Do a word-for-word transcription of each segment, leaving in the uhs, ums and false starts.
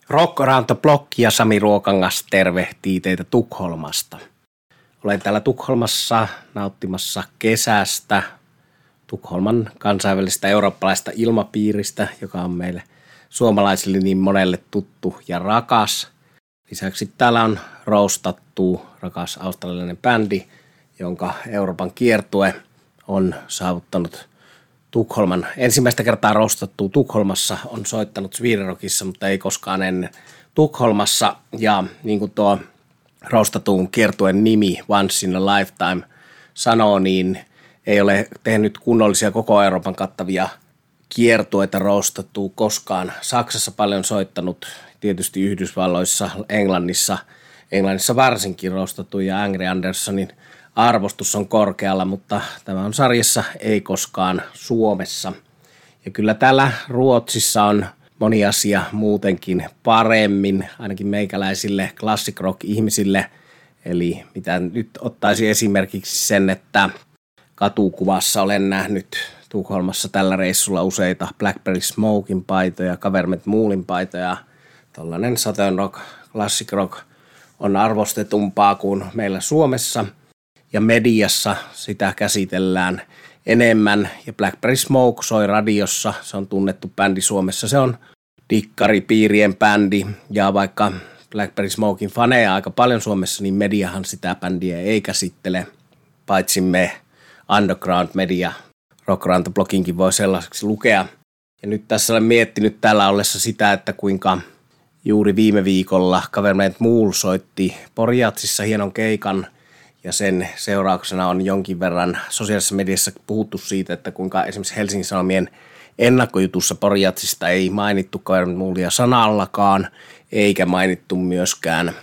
Rock Around the Block ja Sami Ruokangas tervehtii teitä Tukholmasta. Olen täällä Tukholmassa nauttimassa kesästä, Tukholman kansainvälistä eurooppalaista ilmapiiristä, joka on meille suomalaisille niin monelle tuttu ja rakas. Lisäksi täällä on roustattu rakas australialainen bändi, jonka Euroopan kiertue on saavuttanut Tukholman. Ensimmäistä kertaa roustattu Tukholmassa, on soittanut Sweden Rockissa, mutta ei koskaan ennen Tukholmassa. Ja niin kuin tuo roustatun kiertueen nimi Once in a Lifetime sanoo, niin ei ole tehnyt kunnollisia koko Euroopan kattavia kiertueita roustattua koskaan. Saksassa paljon soittanut, tietysti Yhdysvalloissa, Englannissa, Englannissa varsinkin roustattu ja Angry Andersonin arvostus on korkealla, mutta tämä on sarjassa ei koskaan Suomessa. Ja kyllä täällä Ruotsissa on moni asia muutenkin paremmin, ainakin meikäläisille classic rock ihmisille. Eli mitä nyt ottaisi esimerkiksi sen, että katukuvassa olen nähnyt Tukholmassa tällä reissulla useita Blackberry Smokein paitoja, Government Moolin paitoja. Tällainen Southern rock, classic rock on arvostetumpaa kuin meillä Suomessa. Ja mediassa sitä käsitellään enemmän. Ja Blackberry Smoke soi radiossa. Se on tunnettu bändi Suomessa. Se on dikkaripiirien bändi. Ja vaikka Blackberry Smokein faneja aika paljon Suomessa, niin mediahan sitä bändiä ei käsittele. Paitsi me underground media. Rock Around the Blockinkin voi sellaiseksi lukea. Ja nyt tässä olen miettinyt täällä ollessa sitä, että kuinka juuri viime viikolla Government Mool soitti Porjatsissa hienon keikan. Ja sen seurauksena on jonkin verran sosiaalisessa mediassa puhuttu siitä, että kuinka esimerkiksi Helsingin Sanomien ennakkojutussa Porjatsista ei mainittu Government Moolia sanallakaan, eikä mainittu myöskään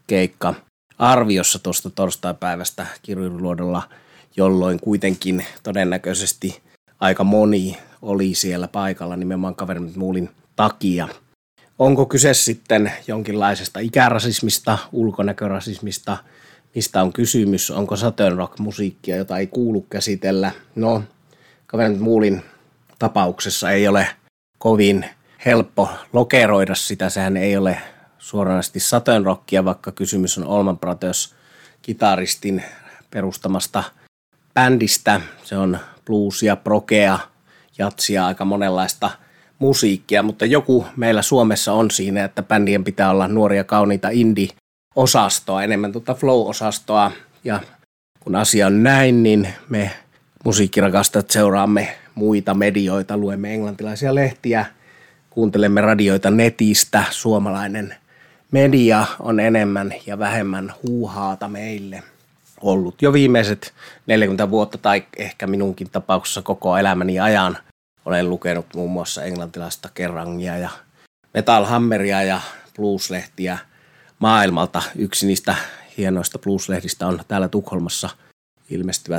keikka-arviossa tuosta torstaipäivästä Kirjuluodolla, jolloin kuitenkin todennäköisesti aika moni oli siellä paikalla nimenomaan Government Moolin takia. Onko kyse sitten jonkinlaisesta ikärasismista, ulkonäkörasismista? Mistä on kysymys? Onko Southern rock-musiikkia, jota ei kuulu käsitellä? No, Government Moolin tapauksessa ei ole kovin helppo lokeroida sitä. Sehän ei ole suoranaisesti Southern rockia, vaikka kysymys on Allman Brothers kitaristin perustamasta bändistä. Se on bluesia, progea, jatsia, aika monenlaista musiikkia, mutta joku meillä Suomessa on siinä, että bändien pitää olla nuoria, kauniita indie osastoa, enemmän tuota flow-osastoa, ja kun asia on näin, niin me musiikkirakastajat seuraamme muita medioita, luemme englantilaisia lehtiä, kuuntelemme radioita netistä, suomalainen media on enemmän ja vähemmän huuhaata meille ollut jo viimeiset neljäkymmentä vuotta tai ehkä minunkin tapauksessa koko elämäni ajan. Olen lukenut muun muassa englantilaista Kerrangia ja Metal Hammeria ja blueslehtiä maailmalta. Yksi niistä hienoista blueslehdistä on täällä Tukholmassa ilmestyvä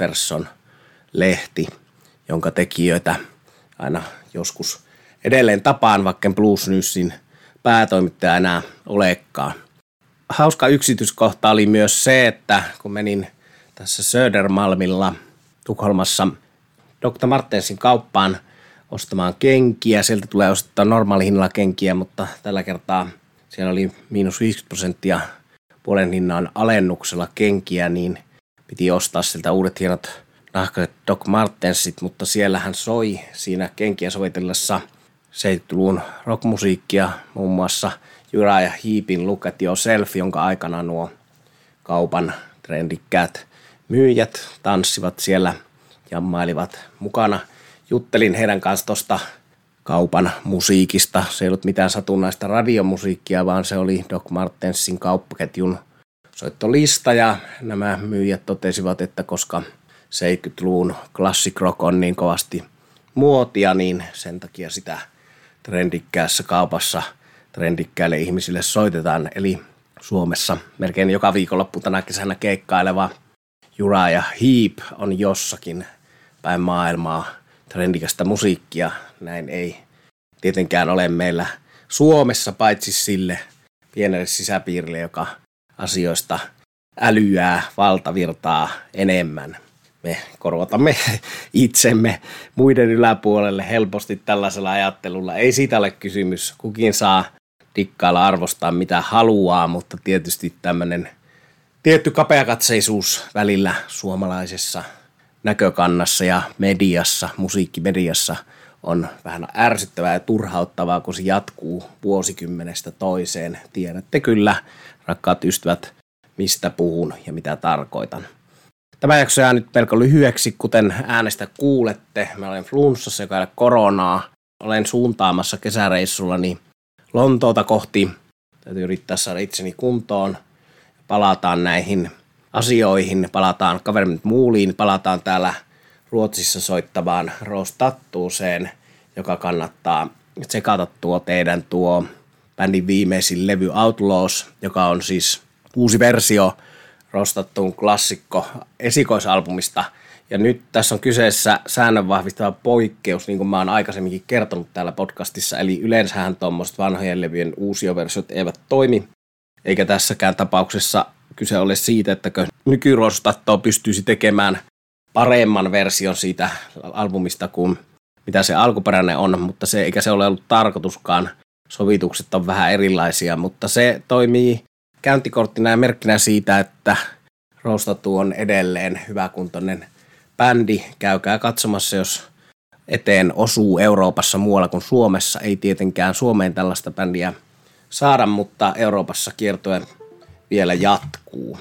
Jefferson-lehti, jonka tekijöitä aina joskus edelleen tapaan, vaikka Blues Newsin päätoimittaja enää olekaan. Hauska yksityiskohta oli myös se, että kun menin tässä Södermalmilla Tukholmassa doktor Martensin kauppaan ostamaan kenkiä, sieltä tulee ostaa normaalihinnalla kenkiä, mutta tällä kertaa siellä oli miinus viisikymmentä prosenttia puolen hinnan alennuksella kenkiä, niin piti ostaa sieltä uudet hienot nahkaiset Doc Martensit, mutta siellähän soi siinä kenkiä sovitellessa seitsemänkymmentäluvun rockmusiikkia, muun muassa Uriah Heepin Look at Yourself, jonka aikana nuo kaupan trendikkäät myyjät tanssivat siellä, jammailivat mukana. Juttelin heidän kanssa tuosta kaupan musiikista. Se ei ollut mitään satunnaista radiomusiikkia, vaan se oli Doc Martensin kauppaketjun soittolista. Ja nämä myyjät totesivat, että koska seitsemänkymmentäluvun classic rock on niin kovasti muotia, niin sen takia sitä trendikkäässä kaupassa trendikkäille ihmisille soitetaan. Eli Suomessa melkein joka viikonloppu tänä kesänä keikkaileva Uriah Heep on jossakin päin maailmaa trendikästä musiikkia. Näin ei tietenkään ole meillä Suomessa, paitsi sille pienelle sisäpiirille, joka asioista älyää valtavirtaa enemmän. Me korvatamme itsemme muiden yläpuolelle helposti tällaisella ajattelulla. Ei siitä ole kysymys. Kukin saa dikkailla, arvostaa mitä haluaa, mutta tietysti tämmöinen tietty kapeakatseisuus välillä suomalaisessa näkökannassa ja mediassa, musiikkimediassa on vähän ärsyttävää ja turhauttavaa, kun se jatkuu vuosikymmenestä toiseen. Tiedätte kyllä, rakkaat ystävät, mistä puhun ja mitä tarkoitan. Tämä jakso jää nyt melko lyhyeksi, kuten äänestä kuulette. Mä olen flunssassa, joka ei ole koronaa. Olen suuntaamassa kesäreissullani Lontoota kohti. Täytyy yrittää saada itseni kuntoon. Palataan näihin asioihin, palataan Government Mooliin, palataan täällä Ruotsissa soittavaan Rose Tattoo'seen, joka kannattaa tsekata tuo teidän tuo bändin viimeisin levy Outlaws, joka on siis uusi versio Rose Tattoon klassikko esikoisalbumista. Ja nyt tässä on kyseessä säännön vahvistava poikkeus, niin kuin mä oon aikaisemminkin kertonut täällä podcastissa. Eli yleensähän tuommoiset vanhojen levyjen uusioversiot eivät toimi. Eikä tässäkään tapauksessa kyse ole siitä, että nyky Rose Tattoo pystyisi tekemään paremman version siitä albumista kuin mitä se alkuperäinen on, mutta se, eikä se ole ollut tarkoituskaan. Sovitukset on vähän erilaisia, mutta se toimii käyntikorttina ja merkkinä siitä, että Rose Tattoo on edelleen hyväkuntoinen bändi. Käykää katsomassa, jos eteen osuu Euroopassa muualla kuin Suomessa. Ei tietenkään Suomeen tällaista bändiä saada, mutta Euroopassa kiertue vielä jatkuu.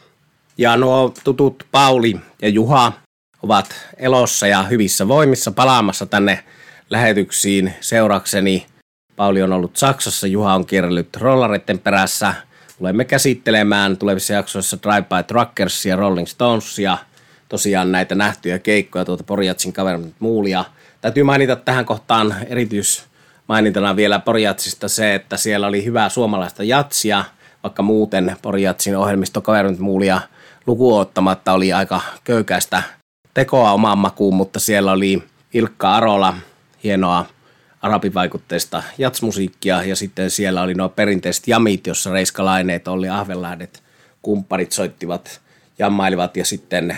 Ja nuo tutut Pauli ja Juha ovat elossa ja hyvissä voimissa palaamassa tänne lähetyksiin seurakseni. Pauli on ollut Saksassa, Juha on kierrellyt rollareiden perässä. Tulemme käsittelemään tulevissa jaksoissa Drive by Truckers ja Rolling Stonesia. Tosiaan näitä nähtyjä keikkoja tuolta Porjatsin Government Moolia. Täytyy mainita tähän kohtaan erityismainintana vielä Porjatsista se, että siellä oli hyvää suomalaista jatsia, vaikka muuten Porjatsin ohjelmisto Government Moolia lukuun ottamatta oli aika köykäistä tekoa omaan makuun, mutta siellä oli Ilkka Arola, hienoa arabivaikutteista jatsmusiikkia, ja sitten siellä oli nuo perinteiset jamit, jossa Reiska Laineet, Olli Ahvenlahdet, kumpparit soittivat, jammailivat, ja sitten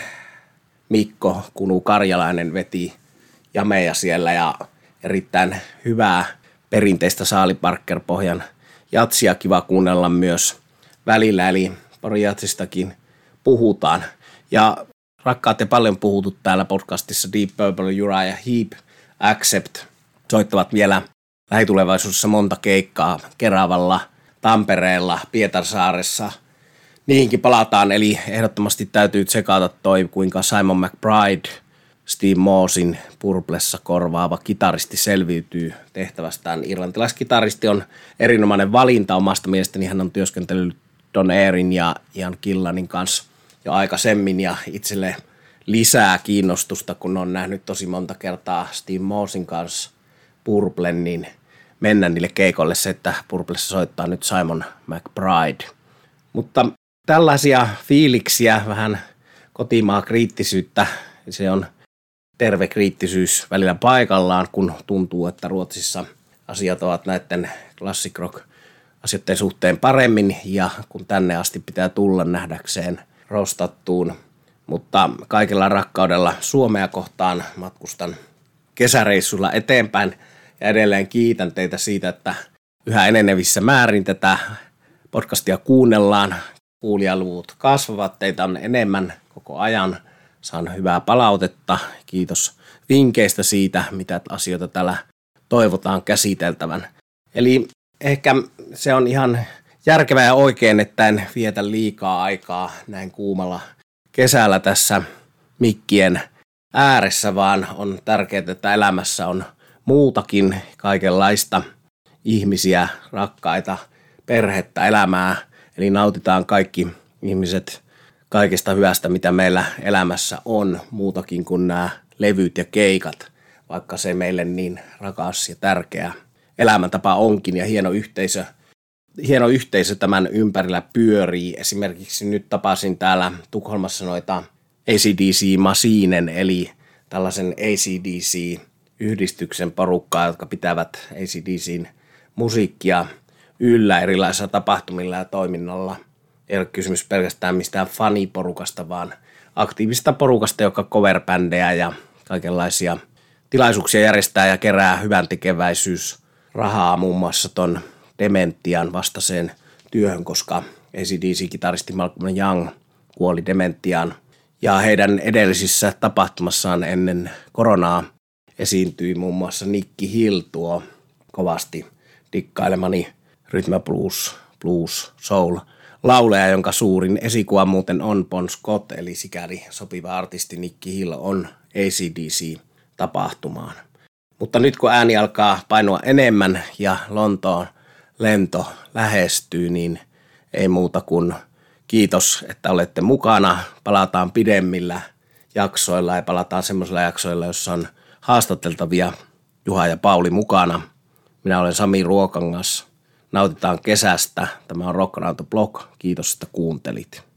Mikko Kunu Karjalainen veti jameja siellä, ja erittäin hyvää perinteistä Saali Parker-pohjan jatsia kiva kuunnella myös välillä, eli Porjatsistakin puhutaan. Ja rakkaat ja paljon puhutut täällä podcastissa Deep Purple, Uriah Heep, Accept soittavat vielä lähitulevaisuudessa monta keikkaa Keravalla, Tampereella, Pietarsaaressa. Niihinkin palataan, eli ehdottomasti täytyy tsekata toi, kuinka Simon McBride, Steve Moosin Purplessa korvaava kitaristi selviytyy tehtävästään. Irlantilaiskitaristi on erinomainen valinta omasta mielestäni. Hän on työskentelynyt Don Airin ja Ian Killanin kanssa jo aikaisemmin ja itselle lisää kiinnostusta, kun on nähnyt tosi monta kertaa Steve Moosin kanssa Purplen, niin mennä niille keikolle se, että Purplessa soittaa nyt Simon McBride. Mutta tällaisia fiiliksiä, vähän kotimaa kriittisyyttä, se on terve kriittisyys välillä paikallaan, kun tuntuu, että Ruotsissa asiat ovat näiden classic rock asioiden suhteen paremmin, ja kun tänne asti pitää tulla nähdäkseen Rose Tattoon. Mutta kaikella rakkaudella Suomea kohtaan matkustan kesäreissulla eteenpäin, ja edelleen kiitän teitä siitä, että yhä enenevissä määrin tätä podcastia kuunnellaan. Kuulijaluvut kasvavat, teitä on enemmän koko ajan. Saan hyvää palautetta. Kiitos vinkkeistä siitä, mitä asioita täällä toivotaan käsiteltävän. Eli ehkä se on ihan järkevää ja oikein, että en vietä liikaa aikaa näin kuumalla kesällä tässä mikkien ääressä, vaan on tärkeää, että elämässä on muutakin, kaikenlaista ihmisiä, rakkaita, perhettä, elämää. Eli nautitaan kaikki ihmiset kaikesta hyvästä, mitä meillä elämässä on, muutakin kuin nämä levyt ja keikat, vaikka se meille niin rakas ja tärkeä elämäntapa onkin ja hieno yhteisö. Hieno yhteisö tämän ympärillä pyörii. Esimerkiksi nyt tapasin täällä Tukholmassa noita A C D C Masinen, eli tällaisen A C D C-yhdistyksen porukkaa, jotka pitävät A C D C:n musiikkia yllä erilaisilla tapahtumilla ja toiminnalla. Ei ole kysymys pelkästään mistään faniporukasta, vaan aktiivista porukasta, joka coverbändejä ja kaikenlaisia tilaisuuksia järjestää ja kerää hyvän tekeväisyys rahaa muun muassa ton dementian vastaiseen työhön, koska A C D C-kitaristi Malcolm Young kuoli dementiaan. Ja heidän edellisissä tapahtumassaan ennen koronaa esiintyi muun muassa Nicky Hill, tuo kovasti dikkailemani rhythm blues, blues, soul lauleja, jonka suurin esikuva muuten on Bon Scott, eli sikäli sopiva artisti Nicky Hill on A C D C-tapahtumaan. Mutta nyt kun ääni alkaa painua enemmän ja Lontoon lento lähestyy, niin ei muuta kuin kiitos, että olette mukana. Palataan pidemmillä jaksoilla ja palataan semmoisilla jaksoilla, jossa on haastateltavia Juha ja Pauli mukana. Minä olen Sami Ruokangas. Nautitaan kesästä. Tämä on Rock Around the Block. Kiitos, että kuuntelit.